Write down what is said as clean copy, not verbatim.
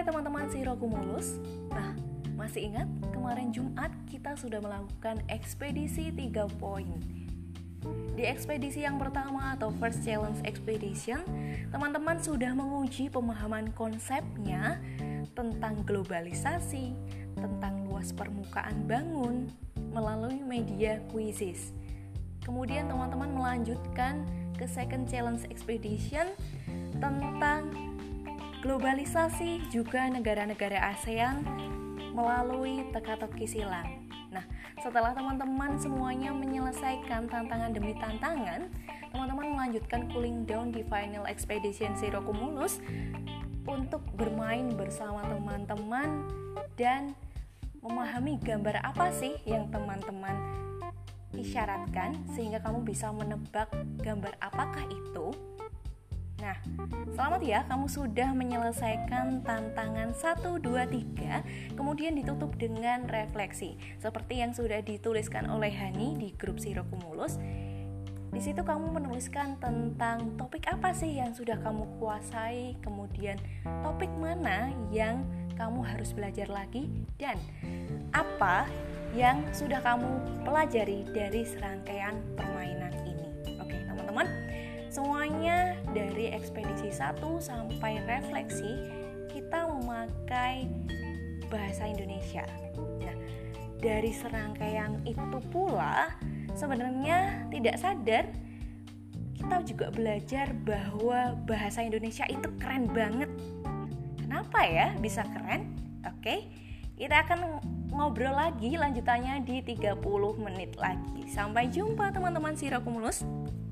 Hai teman-teman Sirokumulus. Nah, masih ingat kemarin Jumat kita sudah melakukan ekspedisi 3 poin. Di ekspedisi yang pertama atau First Challenge Expedition, teman-teman sudah menguji pemahaman konsepnya tentang globalisasi, tentang luas permukaan bangun melalui media kuisis. Kemudian teman-teman melanjutkan ke Second Challenge Expedition tentang globalisasi juga negara-negara ASEAN melalui teka-teki silang. Nah, setelah teman-teman semuanya menyelesaikan tantangan demi tantangan, teman-teman melanjutkan cooling down di Final Expedition Sirokumulus untuk bermain bersama teman-teman dan memahami gambar apa sih yang teman-teman isyaratkan sehingga kamu bisa menebak gambar apakah itu. Nah, selamat ya, kamu sudah menyelesaikan tantangan 1, 2, 3, kemudian ditutup dengan refleksi seperti yang sudah dituliskan oleh Hani di grup Sirokumulus. Di situ kamu menuliskan tentang topik apa sih yang sudah kamu kuasai, kemudian topik mana yang kamu harus belajar lagi, dan apa yang sudah kamu pelajari dari serangkaian permainan ini. Oke, teman-teman, semuanya dari ekspedisi 1 sampai refleksi kita memakai bahasa Indonesia. Nah, dari serangkaian itu pula sebenarnya tidak sadar kita juga belajar bahwa bahasa Indonesia itu keren banget. Kenapa ya bisa keren? Oke, kita akan ngobrol lagi lanjutannya di 30 menit lagi. Sampai jumpa teman-teman Sirokumulus.